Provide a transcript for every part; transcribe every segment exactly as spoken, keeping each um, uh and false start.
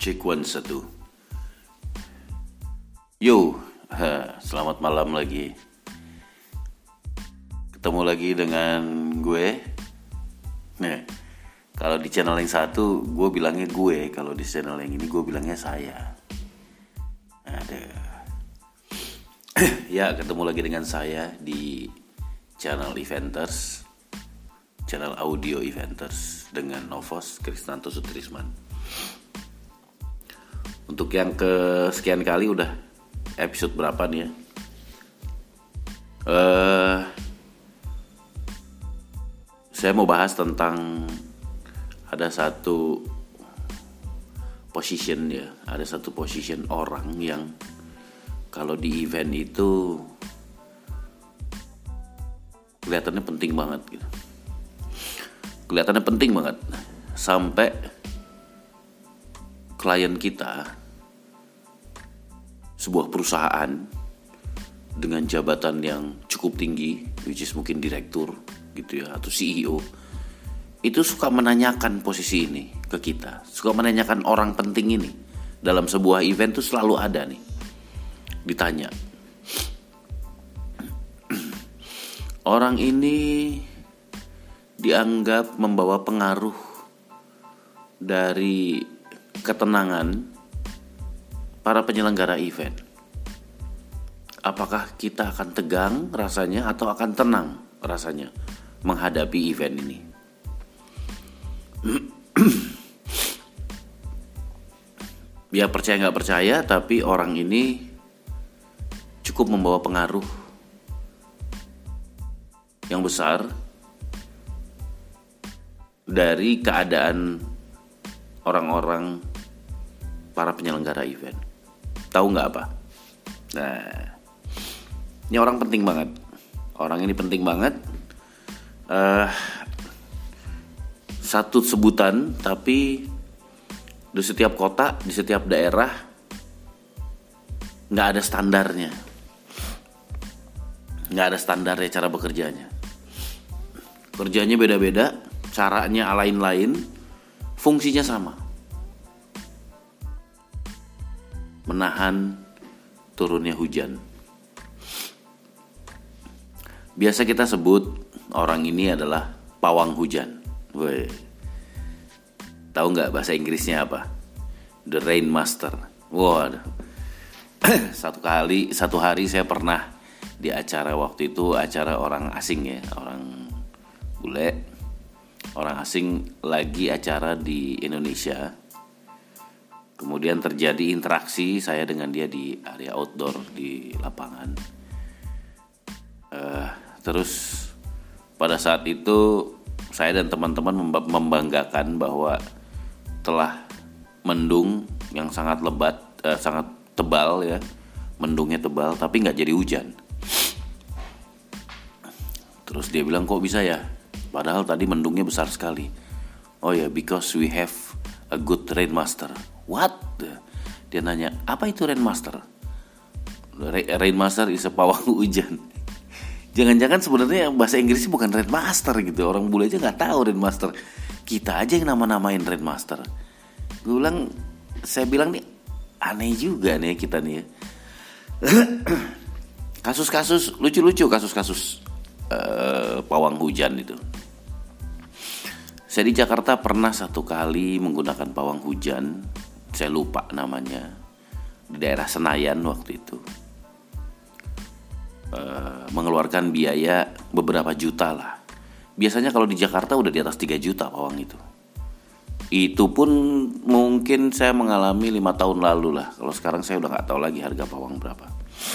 Cek one satu. Yo, ha, selamat malam lagi. Ketemu lagi dengan gue. Nah, kalau di channel yang satu gue bilangnya gue, kalau di channel yang ini gue bilangnya saya. Ada. Ya, ketemu lagi dengan saya di channel Eventers, channel audio Eventers dengan Novos Krisnanto Sutrisman. Untuk yang kesekian kali udah episode berapa nih ya? Uh, saya mau bahas tentang ada satu position ya, ada satu position orang yang kalau di event itu kelihatannya penting banget gitu. Kelihatannya penting banget sampai klien kita, sebuah perusahaan dengan jabatan yang cukup tinggi, which is mungkin direktur gitu ya, atau C E O, itu suka menanyakan posisi ini ke kita, suka menanyakan orang penting ini dalam sebuah event tuh selalu ada nih, ditanya. Orang ini dianggap membawa pengaruh dari ketenangan para penyelenggara event. Apakah kita akan tegang rasanya atau akan tenang rasanya menghadapi event ini? Ya percaya gak percaya, tapi orang ini cukup membawa pengaruh yang besar dari keadaan orang-orang para penyelenggara event. Tahu nggak apa? Nah, ini orang penting banget. Orang ini penting banget. Uh, satu sebutan, tapi di setiap kota, di setiap daerah nggak ada standarnya. Nggak ada standarnya cara bekerjanya. Kerjanya beda-beda, caranya lain-lain, fungsinya sama. Menahan turunnya hujan. Biasa kita sebut orang ini adalah pawang hujan. Woi, tahu nggak bahasa Inggrisnya apa? The Rain Master. Waduh. Satu kali, satu hari saya pernah di acara waktu itu acara orang asing ya, orang bule, orang asing lagi acara di Indonesia. Kemudian terjadi interaksi saya dengan dia di area outdoor di lapangan. Uh, terus pada saat itu saya dan teman-teman membanggakan bahwa telah mendung yang sangat lebat, uh, sangat tebal ya, mendungnya tebal tapi nggak jadi hujan. Terus dia bilang kok bisa ya? Padahal tadi mendungnya besar sekali. Oh ya, because we have a good rain master. What? Dia nanya, apa itu Rainmaster? Rainmaster is a pawang hujan. Jangan-jangan sebenarnya bahasa Inggrisnya bukan Rainmaster gitu. Orang bule aja nggak tahu Rainmaster. Kita aja yang nama-namain Rainmaster. Gue bilang, saya bilang nih aneh juga nih kita nih ya. Kasus-kasus lucu-lucu, kasus-kasus uh, pawang hujan itu. Saya di Jakarta pernah satu kali menggunakan pawang hujan. Saya lupa namanya, di daerah Senayan waktu itu, e, mengeluarkan biaya beberapa juta lah. Biasanya kalau di Jakarta udah di atas tiga juta pawang itu. Itu pun mungkin saya mengalami lima tahun lalu lah. Kalau sekarang saya udah gak tahu lagi harga pawang berapa.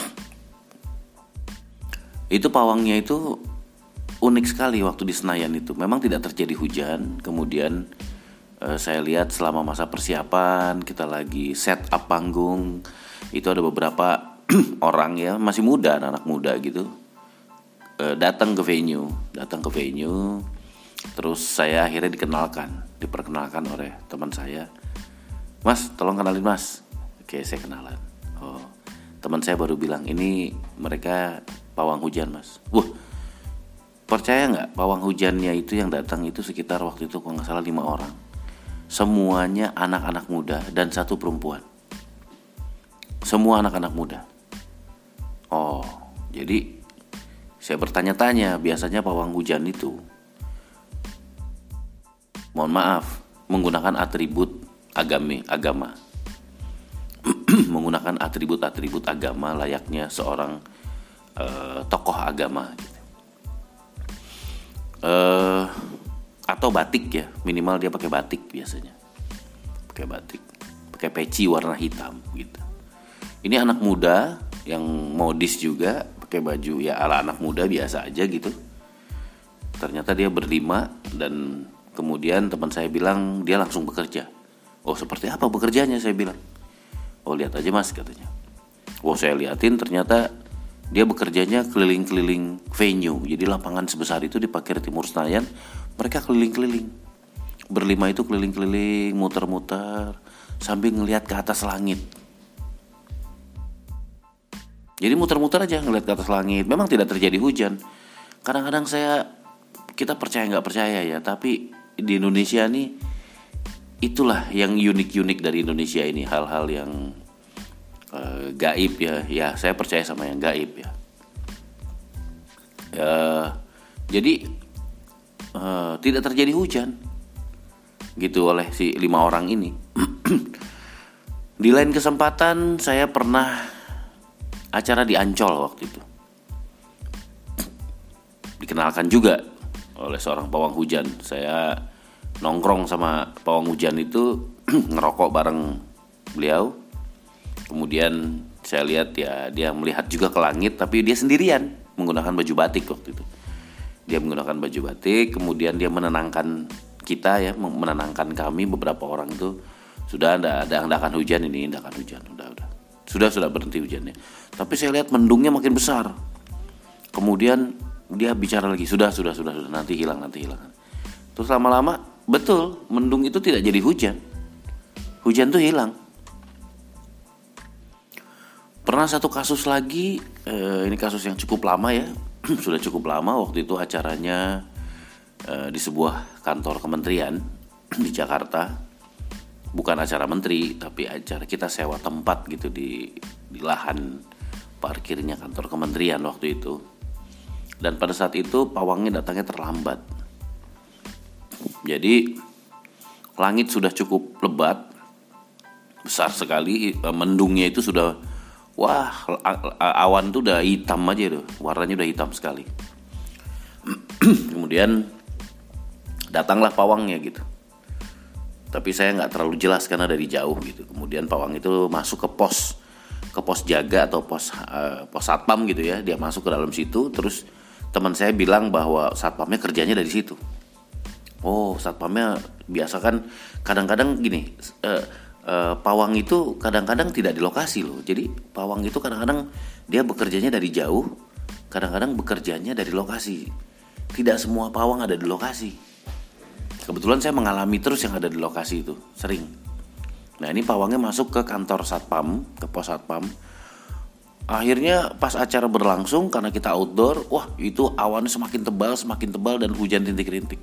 Itu pawangnya itu unik sekali waktu di Senayan itu. Memang tidak terjadi hujan. Kemudian saya lihat selama masa persiapan kita lagi set up panggung, itu ada beberapa orang ya masih muda, anak muda gitu, datang ke venue, datang ke venue. Terus saya akhirnya dikenalkan, diperkenalkan oleh teman saya. Mas, tolong kenalin mas. Oke, saya kenalan. Oh, teman saya baru bilang ini mereka pawang hujan mas. Wah, percaya nggak? Pawang hujannya itu yang datang itu sekitar waktu itu kalau nggak salah lima orang. semuanya anak-anak muda dan satu perempuan. Semua anak-anak muda. Oh, jadi saya bertanya-tanya, biasanya pawang hujan itu, mohon maaf, menggunakan atribut agami, agama. Menggunakan atribut-atribut agama layaknya seorang uh, tokoh agama gitu. Uh, atau batik ya, minimal dia pakai batik biasanya. Pakai batik, pakai peci warna hitam gitu. Ini anak muda yang modis juga, pakai baju ya ala anak muda biasa aja gitu. Ternyata dia berlima dan kemudian teman saya bilang dia langsung bekerja. Oh, seperti apa bekerjanya, saya bilang. Oh, lihat aja Mas, katanya. Oh, saya liatin ternyata dia bekerjanya keliling-keliling venue. Jadi lapangan sebesar itu di Parkir Timur Senayan, mereka keliling-keliling. Berlima itu keliling-keliling, muter-muter sambil ngelihat ke atas langit. Jadi muter-muter aja ngelihat ke atas langit. Memang tidak terjadi hujan. Kadang-kadang saya kita percaya nggak percaya ya, tapi di Indonesia nih itulah yang unik-unik dari Indonesia ini, hal-hal yang uh, gaib ya. Ya, saya percaya sama yang gaib ya. Uh, jadi uh, tidak terjadi hujan gitu oleh si lima orang ini. Di lain kesempatan saya pernah acara di Ancol waktu itu. Dikenalkan juga oleh seorang pawang hujan. Saya nongkrong sama pawang hujan itu, ngerokok bareng beliau. Kemudian saya lihat ya dia melihat juga ke langit, tapi dia sendirian menggunakan baju batik waktu itu. Dia menggunakan baju batik, kemudian dia menenangkan kita ya, menenangkan kami beberapa orang itu. Sudah ada ada hendakan hujan ini, hendakan hujan, udah udah. Sudah sudah berhenti hujannya. Tapi saya lihat mendungnya makin besar. Kemudian dia bicara lagi, sudah sudah sudah sudah nanti hilang nanti hilang. Terus lama-lama betul, mendung itu tidak jadi hujan. Hujan tuh hilang. Pernah satu kasus lagi, eh, ini kasus yang cukup lama ya. Sudah cukup lama, waktu itu acaranya eh, di sebuah kantor kementerian di Jakarta. Bukan acara menteri, tapi acara kita sewa tempat gitu di, di lahan parkirnya kantor kementerian waktu itu. Dan pada saat itu pawangnya datangnya terlambat. Jadi langit sudah cukup lebat, besar sekali, mendungnya itu sudah, wah, awan tuh udah hitam aja tuh, warnanya udah hitam sekali. Kemudian datanglah pawangnya gitu. Tapi saya nggak terlalu jelas karena dari jauh gitu. Kemudian pawang itu masuk ke pos, ke pos jaga atau pos uh, pos satpam gitu ya. Dia masuk ke dalam situ, terus teman saya bilang bahwa satpamnya kerjanya dari situ. Oh, satpamnya biasa kan kadang-kadang gini, uh, uh, pawang itu kadang-kadang tidak di lokasi loh. Jadi pawang itu kadang-kadang dia bekerjanya dari jauh, kadang-kadang bekerjanya dari lokasi. Tidak semua pawang ada di lokasi. Kebetulan saya mengalami terus yang ada di lokasi itu, sering. Nah, ini pawangnya masuk ke kantor satpam, ke pos satpam. Akhirnya pas acara berlangsung, karena kita outdoor, wah itu awannya semakin tebal, semakin tebal dan hujan rintik-rintik.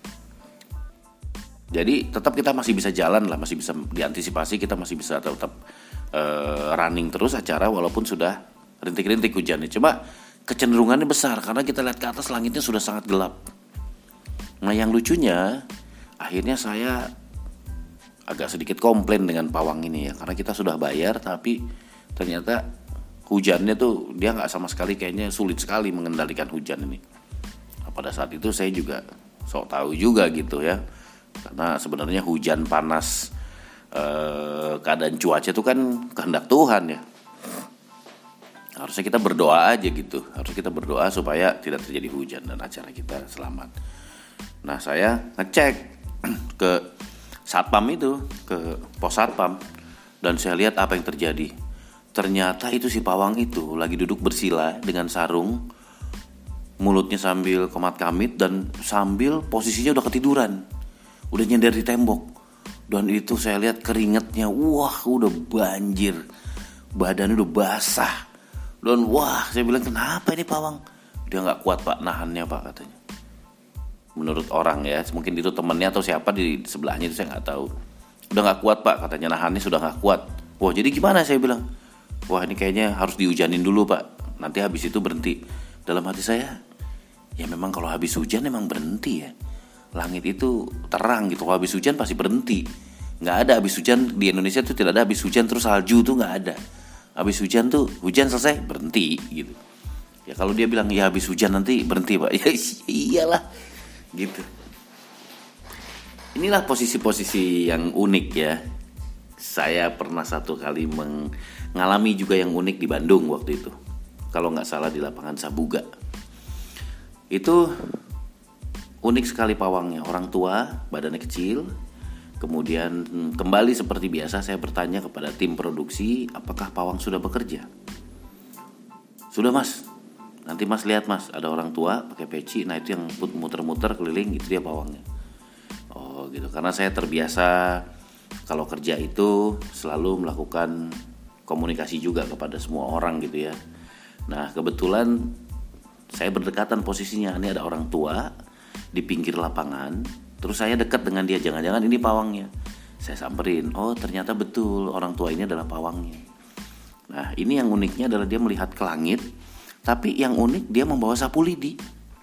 Jadi tetap kita masih bisa jalan lah, masih bisa diantisipasi, kita masih bisa tetap uh, running terus acara walaupun sudah rintik-rintik hujannya. Cuma kecenderungannya besar karena kita lihat ke atas langitnya sudah sangat gelap. Nah, yang lucunya akhirnya saya agak sedikit komplain dengan pawang ini ya, karena kita sudah bayar tapi ternyata hujannya tuh dia nggak sama sekali, kayaknya sulit sekali mengendalikan hujan ini. Nah, pada saat itu saya juga sok tahu juga gitu ya, karena sebenarnya hujan panas eh, keadaan cuaca itu kan kehendak Tuhan ya. Harusnya kita berdoa aja gitu, harusnya kita berdoa supaya tidak terjadi hujan dan acara kita selamat. Nah, saya ngecek ke satpam itu, ke pos satpam, dan saya lihat apa yang terjadi. Ternyata itu si pawang itu lagi duduk bersila dengan sarung, mulutnya sambil komat-kamit dan sambil posisinya udah ketiduran, udah nyender di tembok. Dan itu saya lihat keringetnya, wah udah banjir, badannya udah basah. Dan wah, saya bilang kenapa ini pawang? Dia nggak kuat pak nahannya pak, katanya. menurut orang ya, mungkin itu temennya atau siapa di sebelahnya itu saya nggak tahu. Udah nggak kuat pak, katanya nahannya sudah nggak kuat. Wah jadi gimana, saya bilang, wah ini kayaknya harus dihujanin dulu pak, nanti habis itu berhenti. Dalam hati saya, ya memang kalau habis hujan memang berhenti ya, langit itu terang gitu, kalau habis hujan pasti berhenti. Nggak ada habis hujan di Indonesia tuh, tidak ada habis hujan terus salju tuh nggak ada. Habis hujan tuh hujan selesai berhenti gitu. Ya kalau dia bilang ya habis hujan nanti berhenti pak, ya iyalah gitu. Inilah posisi-posisi yang unik ya. Saya pernah satu kali mengalami juga yang unik di Bandung waktu itu, kalau nggak salah di lapangan Sabuga. Itu unik sekali pawangnya, orang tua, badannya kecil. Kemudian kembali seperti biasa saya bertanya kepada tim produksi, apakah pawang sudah bekerja? Sudah mas, nanti mas lihat mas, ada orang tua pakai peci, nah itu yang muter-muter keliling, itu dia pawangnya. Oh gitu, karena saya terbiasa kalau kerja itu selalu melakukan komunikasi juga kepada semua orang gitu ya. Nah kebetulan saya berdekatan posisinya, ini ada orang tua di pinggir lapangan, terus saya dekat dengan dia, jangan-jangan ini pawangnya. Saya samperin, oh ternyata betul orang tua ini adalah pawangnya. Nah ini yang uniknya adalah dia melihat ke langit, tapi yang unik dia membawa sapu lidi.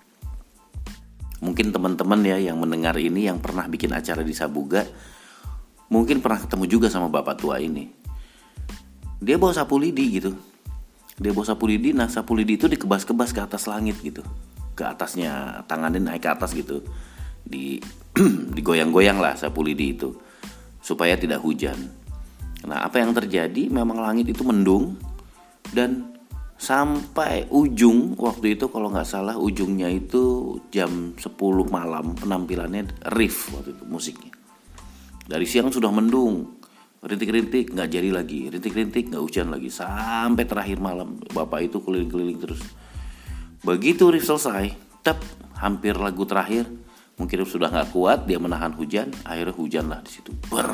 Mungkin teman-teman ya yang mendengar ini yang pernah bikin acara di Sabuga, mungkin pernah ketemu juga sama bapak tua ini. Dia bawa sapu lidi gitu. Dia bawa sapu lidi, nah sapu lidi itu dikebas-kebas ke atas langit gitu. Ke atasnya, tangannya naik ke atas gitu. Di digoyang-goyang lah sapu lidi itu supaya tidak hujan. Nah apa yang terjadi, memang langit itu mendung. Dan sampai ujung waktu itu kalau nggak salah ujungnya itu jam sepuluh malam penampilannya riff waktu itu musiknya. Dari siang sudah mendung, rintik-rintik nggak jadi lagi, rintik-rintik nggak hujan lagi, sampai terakhir malam bapak itu keliling-keliling terus. Begitu riff selesai, tep, hampir lagu terakhir, mungkin sudah nggak kuat dia menahan hujan, akhirnya hujan lah di situ, ber,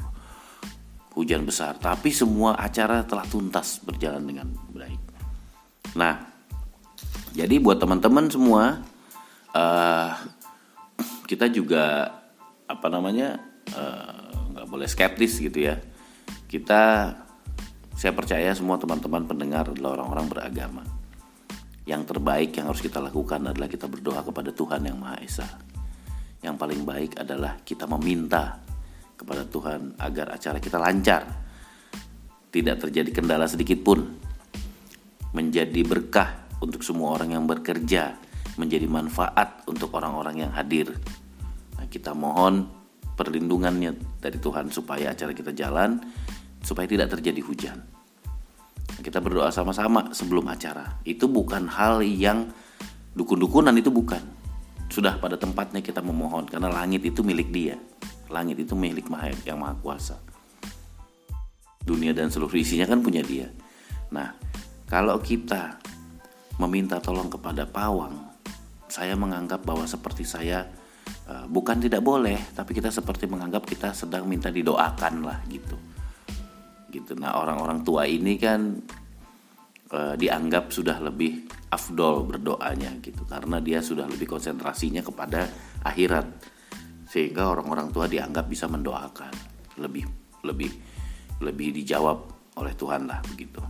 hujan besar. Tapi semua acara telah tuntas berjalan dengan baik. Nah, jadi buat teman-teman semua, uh, kita juga apa namanya nggak uh, boleh skeptis gitu ya. Kita, saya percaya semua teman-teman pendengar adalah orang-orang beragama. Yang terbaik yang harus kita lakukan adalah kita berdoa kepada Tuhan Yang Maha Esa. Yang paling baik adalah kita meminta kepada Tuhan agar acara kita lancar, tidak terjadi kendala sedikit pun, menjadi berkah untuk semua orang yang bekerja, menjadi manfaat untuk orang-orang yang hadir. Nah, kita mohon perlindungannya dari Tuhan supaya acara kita jalan, supaya tidak terjadi hujan. Kita berdoa sama-sama sebelum acara. Itu bukan hal yang dukun-dukunan, itu bukan. Sudah pada tempatnya kita memohon, karena langit itu milik Dia. Langit itu milik Maha yang Maha Kuasa. Dunia dan seluruh isinya kan punya Dia. Nah, kalau kita meminta tolong kepada pawang, saya menganggap bahwa seperti saya, uh, bukan tidak boleh, tapi kita seperti menganggap kita sedang minta didoakan lah gitu. Gitu. Nah orang-orang tua ini kan uh, dianggap sudah lebih afdol berdoanya gitu, karena dia sudah lebih konsentrasinya kepada akhirat, sehingga orang-orang tua dianggap bisa mendoakan lebih lebih lebih dijawab oleh Tuhan lah begitu.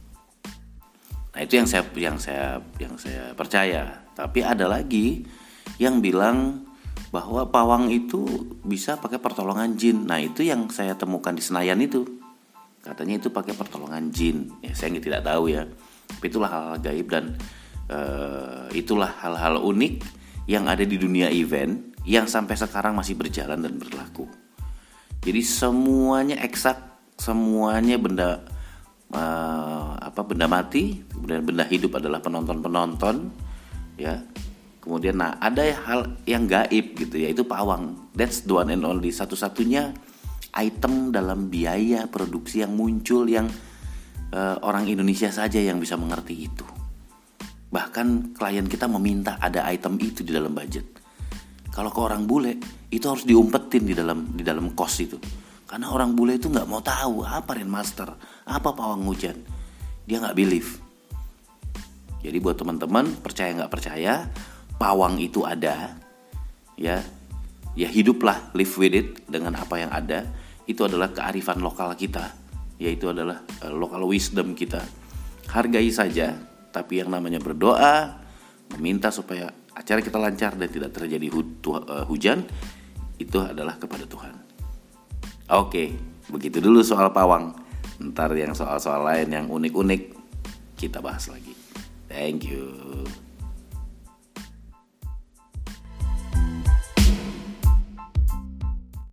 Nah itu yang saya yang saya yang saya percaya. Tapi ada lagi yang bilang bahwa pawang itu bisa pakai pertolongan jin. Nah itu yang saya temukan di Senayan itu. Katanya itu pakai pertolongan jin. Ya saya tidak tahu ya. Tapi itulah hal-hal gaib dan uh, itulah hal-hal unik yang ada di dunia event yang sampai sekarang masih berjalan dan berlaku. Jadi semuanya eksak, semuanya benda Uh, apa benda mati, kemudian benda hidup adalah penonton-penonton, ya. Kemudian nah ada hal yang gaib gitu, yaitu pawang. That's the one and only, satu-satunya item dalam biaya produksi yang muncul yang uh, orang Indonesia saja yang bisa mengerti itu. Bahkan klien kita meminta ada item itu di dalam budget. Kalau ke orang bule itu harus diumpetin di dalam di dalam kos itu. Karena orang bule itu nggak mau tahu apa Rainmaster, apa pawang hujan, dia nggak believe. Jadi buat teman-teman percaya nggak percaya, pawang itu ada, ya ya hiduplah, live with it dengan apa yang ada. Itu adalah kearifan lokal kita, yaitu adalah uh, local wisdom kita. Hargai saja, tapi yang namanya berdoa, meminta supaya acara kita lancar dan tidak terjadi hu- tu- uh, hujan, itu adalah kepada Tuhan. Oke, begitu dulu soal pawang. Ntar yang soal-soal lain yang unik-unik kita bahas lagi. Thank you.